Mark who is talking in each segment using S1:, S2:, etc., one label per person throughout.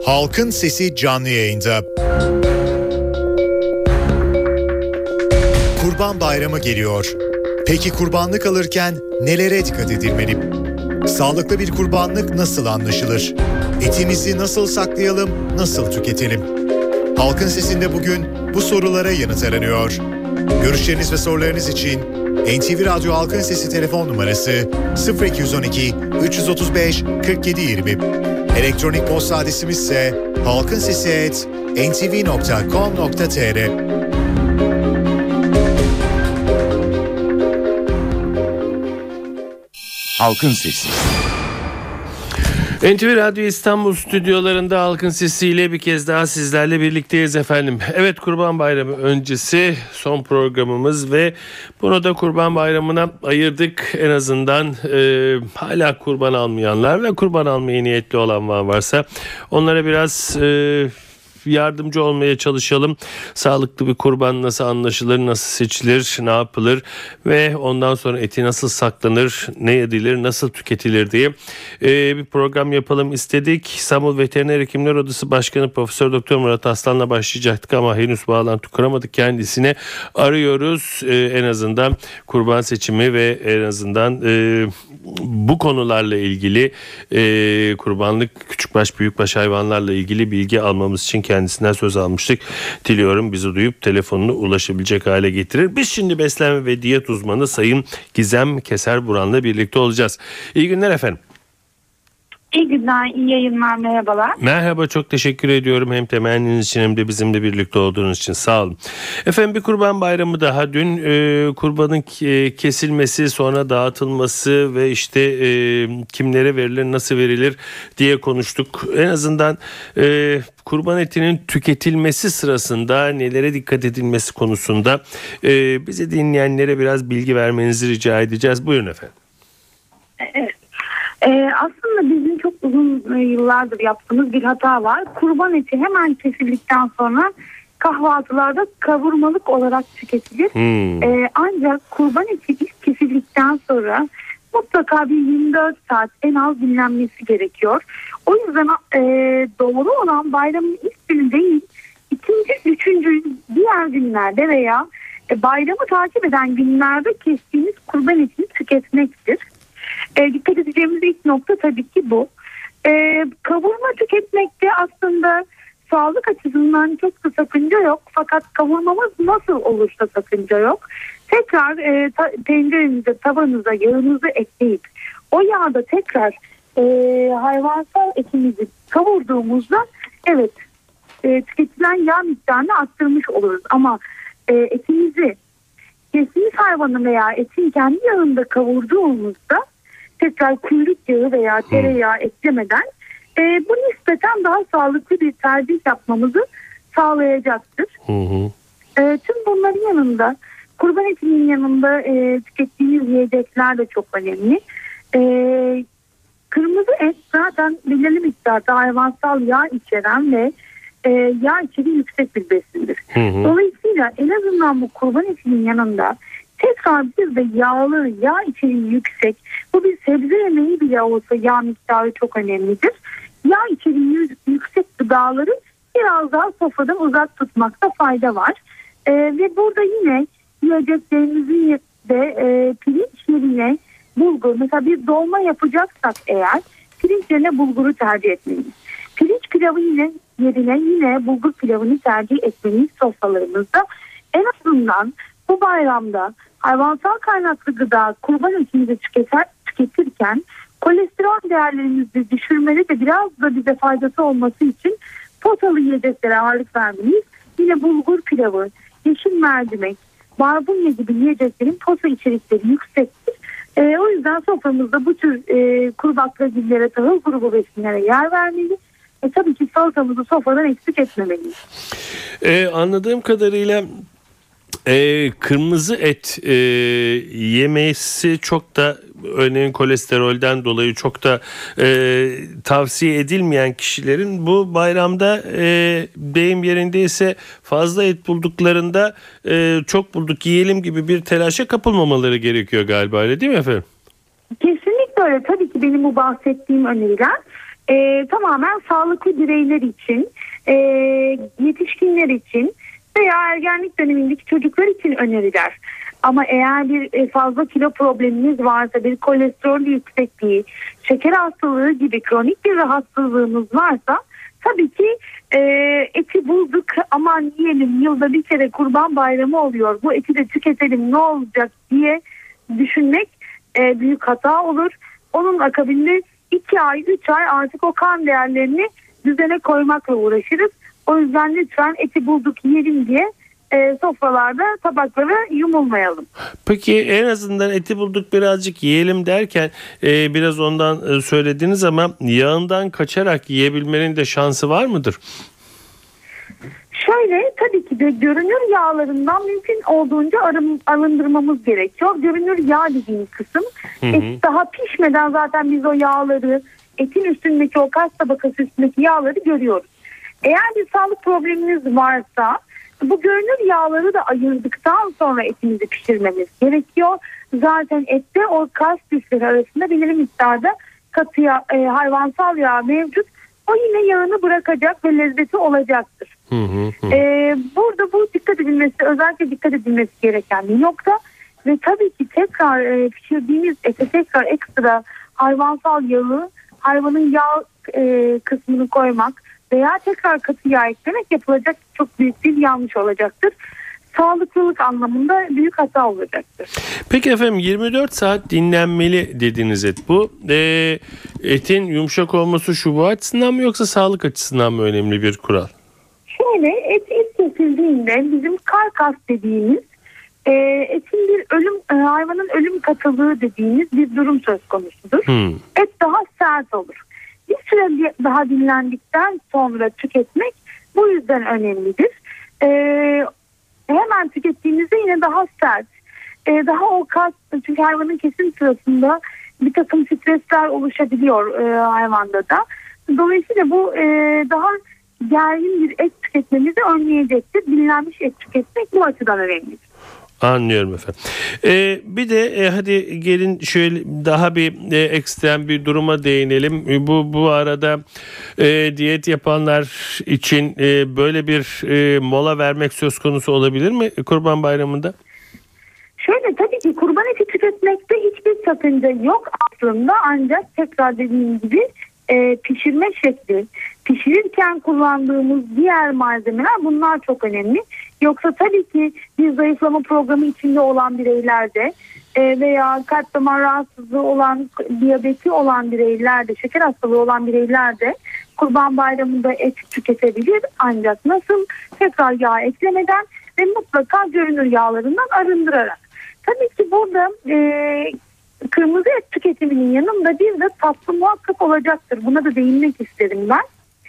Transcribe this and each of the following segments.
S1: Halkın Sesi canlı yayında. Kurban Bayramı geliyor. Peki kurbanlık alırken nelere dikkat edilmeli? Sağlıklı bir kurbanlık nasıl anlaşılır? Etimizi nasıl saklayalım, nasıl tüketelim? Halkın Sesi'nde bugün bu sorulara yanıt aranıyor. Görüşleriniz ve sorularınız için NTV Radyo Halkın Sesi telefon numarası 0212 335 4720. Elektronik posta adresimiz ise halkinsesi@ntv.com.tr.
S2: Halkın Sesi.
S3: NTV Radyo İstanbul stüdyolarında Halkın Sesi ile bir kez daha sizlerle birlikteyiz efendim. Evet, Kurban Bayramı öncesi son programımız ve bunu da Kurban Bayramı'na ayırdık. En azından hala kurban almayanlar ve kurban almaya niyetli olan varsa onlara biraz yardımcı olmaya çalışalım. Sağlıklı bir kurban nasıl anlaşılır, nasıl seçilir, ne yapılır ve ondan sonra eti nasıl saklanır, ne yedilir, nasıl tüketilir diye bir program yapalım istedik. İstanbul Veteriner Hekimler Odası Başkanı Profesör Doktor Murat Aslan'la başlayacaktık ama henüz bağlantı kuramadık. Kendisini arıyoruz. En azından kurban seçimi ve en azından bu konularla ilgili kurbanlık, küçükbaş, büyükbaş hayvanlarla ilgili bilgi almamız için kendisinden söz almıştık. Diliyorum bizi duyup telefonunu ulaşabilecek hale getirir. Biz şimdi beslenme ve diyet uzmanı Sayın Gizem Keser-Buran'la birlikte olacağız. İyi günler efendim.
S4: İyi günler, iyi yayınlar, merhabalar.
S3: Merhaba, çok teşekkür ediyorum hem temenniniz için hem de bizimle birlikte olduğunuz için, sağ olun. Efendim, bir kurban bayramı daha dün kurbanın kesilmesi, sonra dağıtılması ve işte kimlere verilir, nasıl verilir diye konuştuk. En azından kurban etinin tüketilmesi sırasında nelere dikkat edilmesi konusunda bize dinleyenlere biraz bilgi vermenizi rica edeceğiz. Buyurun efendim.
S4: Evet. Aslında bizim çok uzun yıllardır yaptığımız bir hata var. Kurban eti hemen kesildikten sonra kahvaltılarda kavurmalık olarak tüketilir. Ancak kurban eti ilk kesildikten sonra mutlaka bir 24 saat en az dinlenmesi gerekiyor. O yüzden doğru olan bayramın ilk günü değil, ikinci, üçüncü diğer günlerde veya bayramı takip eden günlerde kestiğimiz kurban etini tüketmektir. Dikkat edeceğimiz ilk nokta tabii ki bu. Kavurma tüketmekte aslında sağlık açısından çok da sakınca yok. Fakat kavurmamız nasıl olursa sakınca yok. Tekrar tencerenize, tavanıza yağınızı ekleyip o yağda tekrar hayvansal etimizi kavurduğumuzda evet tüketilen yağ miktarını arttırmış oluruz. Ama etimizi kesmiş hayvanın veya etin kendi yağında kavurduğumuzda tekrar kuyruk yağı veya tereyağı eklemeden bu nispeten daha sağlıklı bir tercih yapmamızı sağlayacaktır. Tüm bunların yanında kurban etinin yanında tükettiğimiz yiyecekler de çok önemli. Kırmızı et zaten belirli miktarda hayvansal yağ içeren ve yağ içeriği yüksek bir besindir. Dolayısıyla en azından bu kurban etinin yanında tekrar bir de yağlı, yağ içeriği yüksek, bu bir sebze yemeği bile olsa yağ miktarı çok önemlidir. Yağ içeriği yüksek gıdaları biraz daha sofradan uzak tutmakta fayda var. Ve burada yine yiyeceklerimizin de pirinç yerine bulgur, mesela bir dolma yapacaksak eğer pirinç yerine bulguru tercih etmeliyiz. Pirinç pilavı yerine yine bulgur pilavını tercih etmeliyiz sofralarımızda. En azından bu bayramda hayvansal kaynaklı gıda kurban etimizi tüketirken kolesterol değerlerimizi düşürmeli de biraz da bize faydası olması için potalı yiyeceklere ağırlık vermeliyiz. Yine bulgur pilavı, yeşil mercimek, barbunya gibi yiyeceklerin pota içerikleri yüksektir. O yüzden soframızda bu tür kuru baklagillere, tahıl grubu besinlere yer vermeli. Tabii ki salatamızı sofradan eksik etmemeliyiz.
S3: Anladığım kadarıyla kırmızı et yemesi çok da örneğin kolesterolden dolayı çok da tavsiye edilmeyen kişilerin bu bayramda deyim yerindeyse fazla et bulduklarında çok bulduk yiyelim gibi bir telaşa kapılmamaları gerekiyor galiba, öyle değil mi efendim?
S4: Kesinlikle öyle. Tabii ki benim bu bahsettiğim öneriler tamamen sağlıklı bireyler için, yetişkinler için veya ergenlik dönemindeki çocuklar için öneriler. Ama eğer bir fazla kilo probleminiz varsa, bir kolesterol yüksekliği, şeker hastalığı gibi kronik bir rahatsızlığınız varsa tabii ki eti bulduk, aman yiyelim, yılda bir kere Kurban Bayramı oluyor, bu eti de tüketelim ne olacak diye düşünmek büyük hata olur. Onun akabinde 2 ay 3 ay artık o kan değerlerini düzene koymakla uğraşırız. O yüzden lütfen eti bulduk yiyelim diye sofralarda tabaklara yumulmayalım.
S3: Peki en azından eti bulduk birazcık yiyelim derken biraz ondan söylediniz ama yağından kaçarak yiyebilmenin de şansı var mıdır?
S4: Şöyle, tabii ki de görünür yağlarından mümkün olduğunca arındırmamız gerekiyor. Görünür yağ dediğimiz kısım et daha pişmeden zaten biz o yağları, etin üstündeki o kas tabakası üstündeki yağları görüyoruz. Eğer bir sağlık probleminiz varsa bu görünür yağları da ayırdıktan sonra etimizi pişirmemiz gerekiyor. Zaten ette o kas lifleri arasında belirli miktarda katı yağ, hayvansal yağ mevcut. O yine yağını bırakacak ve lezzeti olacaktır. Burada bu dikkat edilmesi, özellikle dikkat edilmesi gereken bir nokta. Ve tabii ki tekrar pişirdiğimiz ete tekrar ekstra hayvansal yağı, hayvanın yağ kısmını koymak veya tekrar katı yağ eklemek yapılacak çok büyük bir yanlış olacaktır. Sağlıklılık anlamında büyük hata olacaktır.
S3: Peki efendim, 24 saat dinlenmeli dediniz et. Bu etin yumuşak olması şu bu açısından mı yoksa sağlık açısından mı önemli bir kural?
S4: Şöyle, et ilk kesildiğinde bizim karkas dediğimiz etin bir hayvanın ölüm katılığı dediğimiz bir durum söz konusudur. Et daha sert olur. Bir süre daha dinlendikten sonra tüketmek bu yüzden önemlidir. Hemen tükettiğimizde yine daha sert, daha o kas, çünkü hayvanın kesim sırasında bir takım stresler oluşabiliyor hayvanda da. Dolayısıyla bu daha gergin bir et tüketmemizi önleyecektir. Dinlenmiş et tüketmek bu açıdan önemlidir.
S3: Anlıyorum efendim. Bir de hadi gelin şöyle daha bir ekstrem bir duruma değinelim. Bu arada diyet yapanlar için böyle bir mola vermek söz konusu olabilir mi Kurban Bayramı'nda?
S4: Şöyle, tabii ki kurban eti tüketmekte hiçbir sakınca yok aslında, ancak tekrar dediğim gibi pişirme şekli, pişirirken kullandığımız diğer malzemeler, bunlar çok önemli. Yoksa tabii ki bir zayıflama programı içinde olan bireylerde veya kalp damar rahatsızlığı olan, diyabeti olan bireylerde, şeker hastalığı olan bireylerde Kurban Bayramı'nda et tüketebilir. Ancak nasıl? Tekrar yağ eklemeden ve mutlaka görünür yağlarından arındırarak. Tabii ki burada kırmızı et tüketiminin yanında bir de tatlı muhakkak olacaktır. Buna da değinmek isterim ben.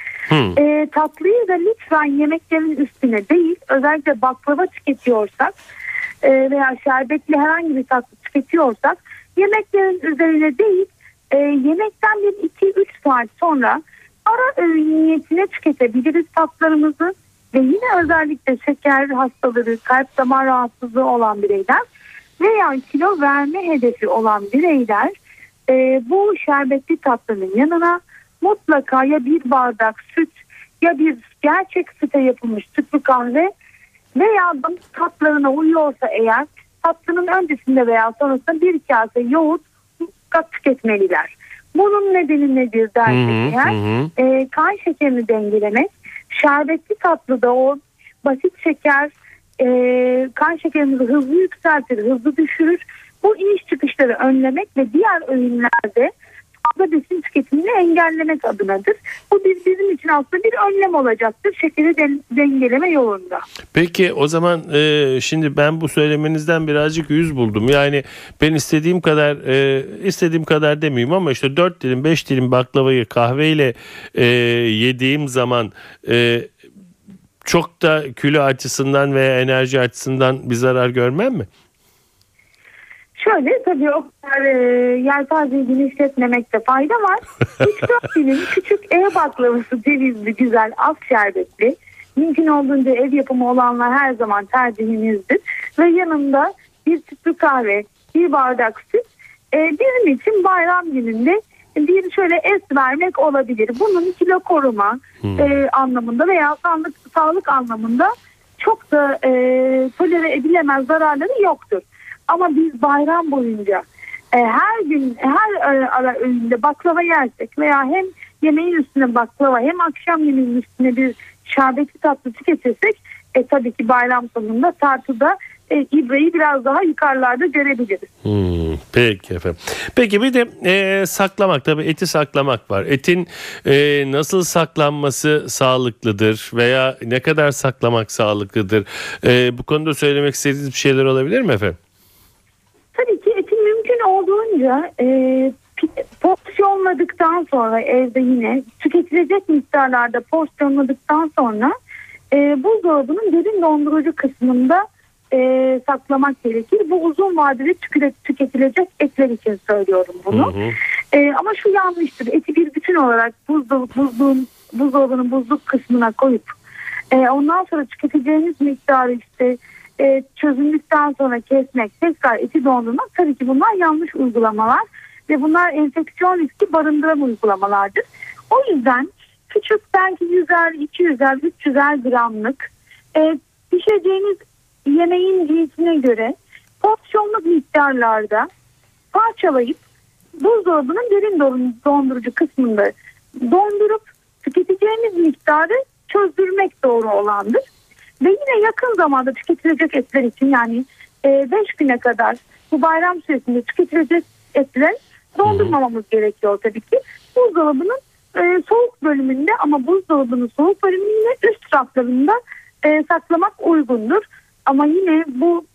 S4: Tatlıyı da lütfen yemeklerin üstüne değil, özellikle baklava tüketiyorsak veya şerbetli herhangi bir tatlı tüketiyorsak yemeklerin üzerine değil, yemekten bir 2-3 saat sonra ara öğün niyetine tüketebiliriz tatlarımızı. Ve yine özellikle şeker hastaları, kalp damar rahatsızlığı olan bireyler veya kilo verme hedefi olan bireyler bu şerbetli tatlının yanına mutlaka ya bir bardak süt ya bir gerçek süte yapılmış sütlü kahve veya da tatlarına uyuyorsa eğer tatlının öncesinde veya sonrasında bir kase yoğurt mutlaka tüketmeliler. Bunun nedeni nedir dersek eğer kan şekerini dengelemek, şerbetli tatlıda o basit şeker kan şekerimizi hızlı yükseltir, hızlı düşürür. Bu iniş çıkışları önlemek ve diğer öğünlerde fazla besin tüketimini engellemek adınadır. Bu bizim için aslında bir önlem olacaktır şekeri dengeleme yolunda.
S3: Peki o zaman şimdi ben bu söylemenizden birazcık yüz buldum. Yani ben istediğim kadar demeyeyim ama işte 4 dilim 5 dilim baklavayı kahveyle yediğim zaman çok da kilo açısından veya enerji açısından bir zarar görmem mi?
S4: Şöyle, tabii o kadar yelpazeyi genişletmemekte fayda var. 3-4 dilim küçük ev baklavası, cevizli, güzel, az şerbetli. Mümkün olduğunca ev yapımı olanlar her zaman tercihimizdir. Ve yanında bir sütlü kahve, bir bardak süt bizim için bayram gününde bir şöyle es vermek olabilir. Bunun kilo koruma anlamında veya sağlık anlamında çok da tolere edilemez zararları yoktur. Ama biz bayram boyunca her gün ara öğünde baklava yersek veya hem yemeğin üstüne baklava hem akşam yemeğin üstüne bir şerbetli tatlı tüketirsek tabii ki bayram sonunda tartıda ibreyi biraz daha yukarılarda görebiliriz.
S3: Peki efendim. Peki bir de saklamak, tabii eti saklamak var. Etin nasıl saklanması sağlıklıdır veya ne kadar saklamak sağlıklıdır? Bu konuda söylemek istediğiniz bir şeyler olabilir mi efendim?
S4: Tabii ki etin mümkün olduğunca porsiyonladıktan sonra evde yine tüketilecek miktarlarda porsiyonladıktan sonra buzdolabının derin dondurucu kısmında saklamak gerekir. Bu uzun vadede tüketilecek etler için söylüyorum bunu. Ama şu yanlıştır. Eti bir bütün olarak buzdolabının buzluk kısmına koyup ondan sonra tüketeceğiniz miktarı çözüldükten sonra kesmek, tekrar eti dondurmak, tabii ki bunlar yanlış uygulamalar ve bunlar enfeksiyon riski barındıran uygulamalardır. O yüzden küçük, belki 100'er, 200'er, 300'er gramlık pişireceğiniz yemeğin cinsine göre porsiyonluk miktarlarda parçalayıp buzdolabının derin dondurucu kısmında dondurup tüketeceğiniz miktarı çözdürmek doğru olandır. Ve yine yakın zamanda tüketilecek etler için, yani 5 güne kadar bu bayram süresinde tüketilecek etler dondurmamamız gerekiyor tabii ki. Buzdolabının soğuk bölümünde, ama buzdolabının soğuk bölümünde üst raflarında saklamak uygundur. Ama yine bu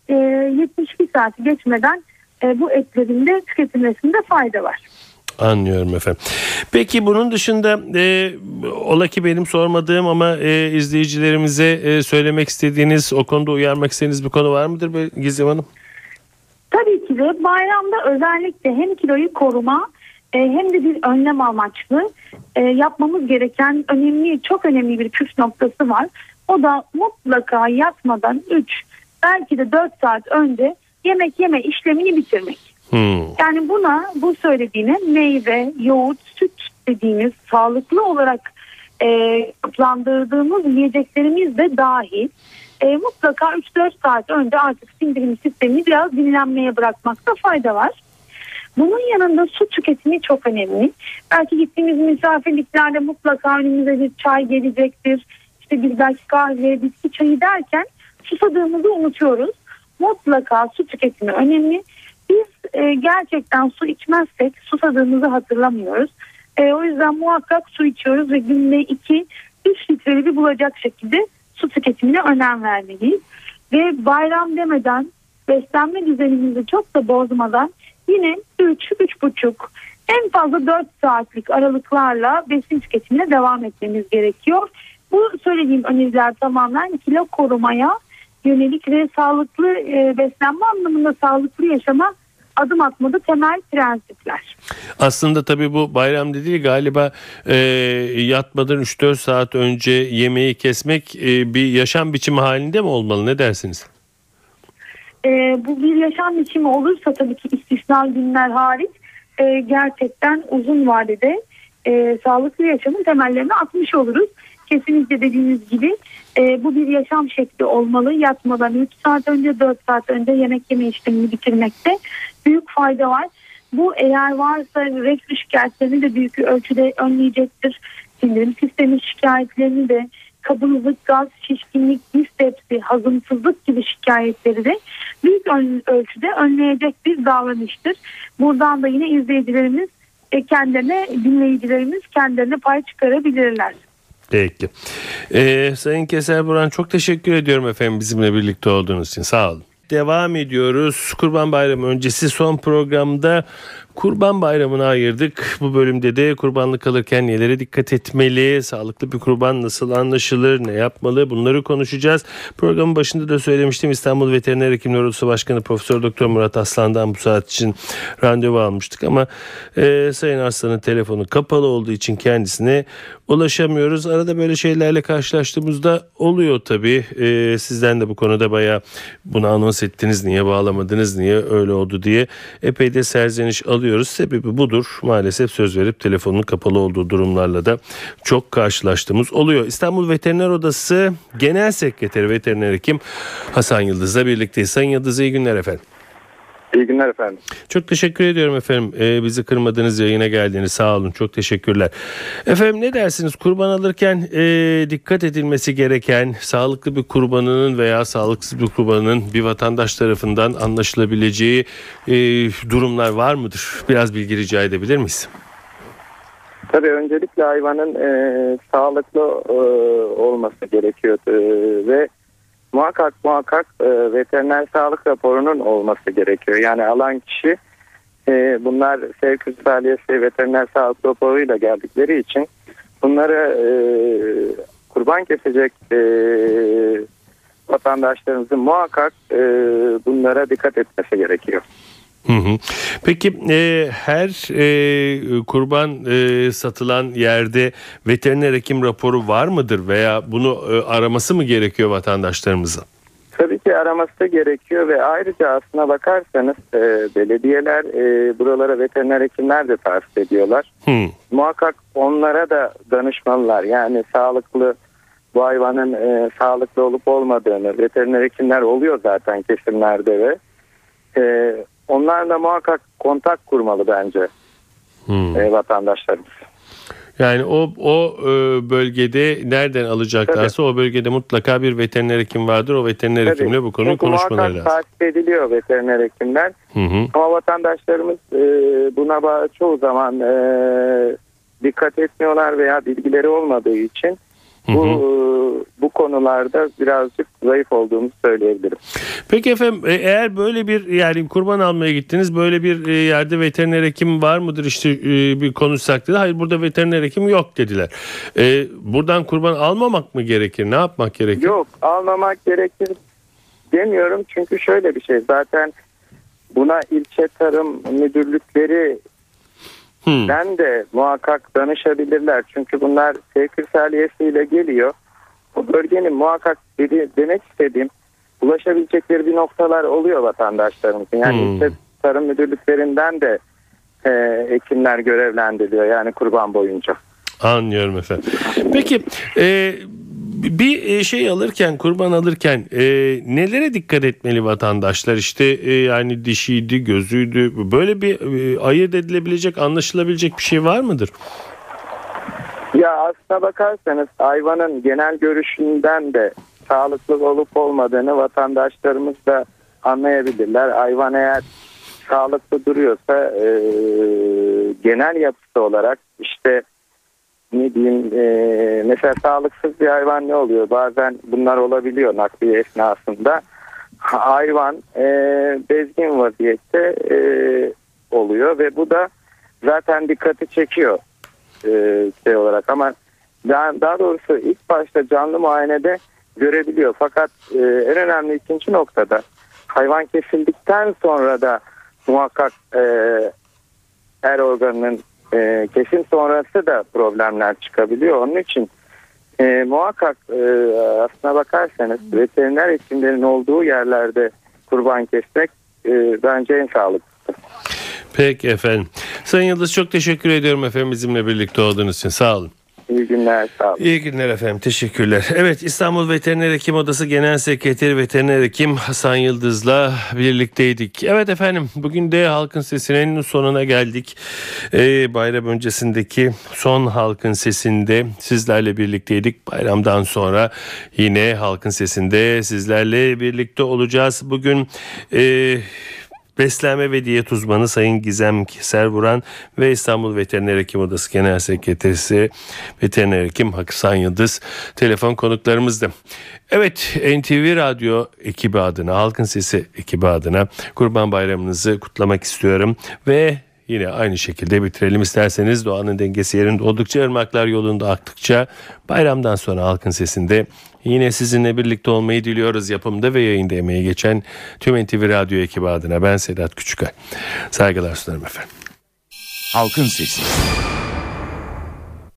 S4: 72 saati geçmeden bu etlerin de tüketilmesinde fayda var.
S3: Anlıyorum efendim. Peki bunun dışında ola ki benim sormadığım ama izleyicilerimize söylemek istediğiniz, o konuda uyarmak istediğiniz bir konu var mıdır Gizem Hanım?
S4: Tabii ki de bayramda özellikle hem kiloyu koruma hem de bir önlem amaçlı yapmamız gereken çok önemli bir püf noktası var. O da mutlaka yatmadan 3 belki de 4 saat önce yemek yeme işlemini bitirmek. Yani bu söylediğine meyve, yoğurt, süt dediğimiz sağlıklı olarak yapılandırdığımız yiyeceklerimiz de dahil mutlaka 3-4 saat önce artık sindirim sistemini biraz dinlenmeye bırakmakta fayda var. Bunun yanında su tüketimi çok önemli. Belki gittiğimiz misafirliklerde mutlaka önümüze bir çay gelecektir. Bir belki kahve, bitki çayı derken susadığımızı unutuyoruz. Mutlaka su tüketimi önemli. Biz gerçekten su içmezsek susadığımızı hatırlamıyoruz. O yüzden muhakkak su içiyoruz ve günde 2-3 litreleri bulacak şekilde su tüketimine önem vermeliyiz. Ve bayram demeden, beslenme düzenimizi çok da bozmadan yine 3-3,5 en fazla 4 saatlik aralıklarla besin tüketimine devam etmemiz gerekiyor. Bu söylediğim öneriler tamamen kilo korumaya yönelik ve sağlıklı beslenme anlamında sağlıklı yaşama adım atmada temel prensipler.
S3: Aslında tabii bu bayram dediği galiba yatmadan 3-4 saat önce yemeği kesmek bir yaşam biçimi halinde mi olmalı? Ne dersiniz?
S4: Bu bir yaşam biçimi olursa tabii ki istisna günler hariç gerçekten uzun vadede sağlıklı yaşamın temellerini atmış oluruz. Kesinlikle dediğiniz gibi bu bir yaşam şekli olmalı. Yatmadan 3 saat önce 4 saat önce yemek yeme işlemini bitirmekte büyük fayda var. Bu eğer varsa reflü şikayetlerini de büyük ölçüde önleyecektir. Sindirim sistemi şikayetlerini de, kabızlık, gaz, şişkinlik, dispepsi, hazımsızlık gibi şikayetleri de büyük ölçüde önleyecek bir davranıştır. Buradan da yine izleyicilerimiz dinleyicilerimiz kendilerine pay çıkarabilirler.
S3: Peki. Sayın Keser Buran, çok teşekkür ediyorum efendim bizimle birlikte olduğunuz için. Sağ olun. Devam ediyoruz. Kurban Bayramı öncesi son programda Kurban Bayramı'na ayırdık. Bu bölümde de kurbanlık alırken nelere dikkat etmeli, sağlıklı bir kurban nasıl anlaşılır, ne yapmalı, bunları konuşacağız. Programın başında da söylemiştim, İstanbul Veteriner Hekimler Odası Başkanı Profesör Doktor Murat Aslan'dan bu saat için randevu almıştık ama Sayın Aslan'ın telefonu kapalı olduğu için kendisine ulaşamıyoruz. Arada böyle şeylerle karşılaştığımızda oluyor tabii. Sizden de bu konuda bayağı bunu anons ettiniz, niye bağlamadınız, niye öyle oldu diye epey de serzeniş alıyoruz. alıyoruz. Sebebi budur. Maalesef söz verip telefonun kapalı olduğu durumlarla da çok karşılaştığımız oluyor. İstanbul Veteriner Odası Genel Sekreteri Veteriner Hekim Hasan Yıldız'la birlikteyiz. Sayın Yıldız, iyi günler efendim.
S2: İyi günler efendim.
S3: Çok teşekkür ediyorum efendim. Bizi kırmadınız, yayına geldiğiniz, sağ olun. Çok teşekkürler. Efendim, ne dersiniz? Kurban alırken dikkat edilmesi gereken, sağlıklı bir kurbanının veya sağlıksız bir kurbanın bir vatandaş tarafından anlaşılabileceği durumlar var mıdır? Biraz bilgi rica edebilir miyiz?
S2: Tabii öncelikle hayvanın sağlıklı olması gerekiyor ve muhakkak veteriner sağlık raporunun olması gerekiyor. Yani alan kişi bunlar sevk saliyesi veteriner sağlık raporuyla geldikleri için bunları kurban kesecek vatandaşlarımızın muhakkak bunlara dikkat etmesi gerekiyor.
S3: Peki her kurban satılan yerde veteriner hekim raporu var mıdır veya bunu araması mı gerekiyor vatandaşlarımızın?
S2: Tabii ki araması gerekiyor ve ayrıca aslına bakarsanız belediyeler buralara veteriner hekimler de tahsis ediyorlar. Muhakkak onlara da danışmalılar. Yani sağlıklı bu hayvanın sağlıklı olup olmadığını veteriner hekimler oluyor zaten kesimlerde ve onlarla muhakkak kontak kurmalı bence vatandaşlarımız. Yani
S3: o bölgede nereden alacaklarsa tabii, o bölgede mutlaka bir veteriner hekim vardır. O veteriner hekimle bu konuyu konuşmaları lazım.
S2: Takip ediliyor veteriner hekimler. Ama vatandaşlarımız buna çoğu zaman dikkat etmiyorlar veya bilgileri olmadığı için bu konularda birazcık zayıf olduğumuzu söyleyebilirim.
S3: Peki efendim, eğer böyle bir yani kurban almaya gittiniz, böyle bir yerde veteriner hekim var mıdır işte bir konuşsak dedi. Hayır, burada veteriner hekim yok dediler. Buradan kurban almamak mı gerekir? Ne yapmak gerekir?
S2: Yok, almamak gerekir demiyorum çünkü şöyle bir şey, zaten buna ilçe tarım müdürlükleri ben de muhakkak danışabilirler. Çünkü bunlar sevk irsaliyesiyle geliyor. O bölgenin muhakkak demek istediğim ulaşabilecekleri bir noktalar oluyor vatandaşlarımızın. Yani ilçe tarım müdürlüklerinden de hekimler görevlendiriliyor yani kurban boyunca.
S3: Anlıyorum efendim. Peki bir şey alırken, kurban alırken nelere dikkat etmeli vatandaşlar? İşte yani dişiydi, gözüydü, böyle bir ayırt edilebilecek, anlaşılabilecek bir şey var mıdır?
S2: Ya aslına bakarsanız hayvanın genel görüşünden de sağlıklı olup olmadığını vatandaşlarımız da anlayabilirler. Hayvan eğer sağlıklı duruyorsa genel yapısı olarak işte ne diyeyim mesela sağlıksız bir hayvan ne oluyor? Bazen bunlar olabiliyor nakliye esnasında. Hayvan bezgin vaziyette oluyor ve bu da zaten dikkati çekiyor şey olarak ama daha doğrusu ilk başta canlı muayenede görebiliyor. Fakat en önemli ikinci noktada hayvan kesildikten sonra da muhakkak her organının kesim sonrası da problemler çıkabiliyor. Onun için muhakkak aslına bakarsanız veteriner hekimlerin olduğu yerlerde kurban kesmek bence en sağlıklısı.
S3: Peki efendim. Sayın Yıldız, çok teşekkür ediyorum efendim bizimle birlikte olduğunuz için. Sağ olun.
S2: İyi günler, sağ olun.
S3: İyi günler efendim, teşekkürler. Evet, İstanbul Veteriner Hekim Odası Genel Sekreteri Veteriner Hekim Hasan Yıldız'la birlikteydik. Evet efendim, bugün de Halkın Sesi'nin sonuna geldik. Bayram öncesindeki son Halkın Sesi'nde sizlerle birlikteydik. Bayramdan sonra yine Halkın Sesi'nde sizlerle birlikte olacağız. Bugün beslenme ve diyet uzmanı Sayın Gizem Servuran ve İstanbul Veteriner Hekim Odası Genel Sekreterisi Veteriner Hekim Hasan Yıldız telefon konuklarımızdı. Evet, NTV Radyo ekibi adına, Halkın Sesi ekibi adına Kurban Bayramınızı kutlamak istiyorum ve yine aynı şekilde bitirelim isterseniz. Doğanın dengesi yerinde oldukça, ırmaklar yolunda aktıkça bayramdan sonra Halkın Sesi'nde yine sizinle birlikte olmayı diliyoruz. Yapımda ve yayında emeği geçen tüm NTV Radyo ekibi adına ben Sedat Küçükay. Saygılar sunarım efendim.
S5: Halkın Sesi.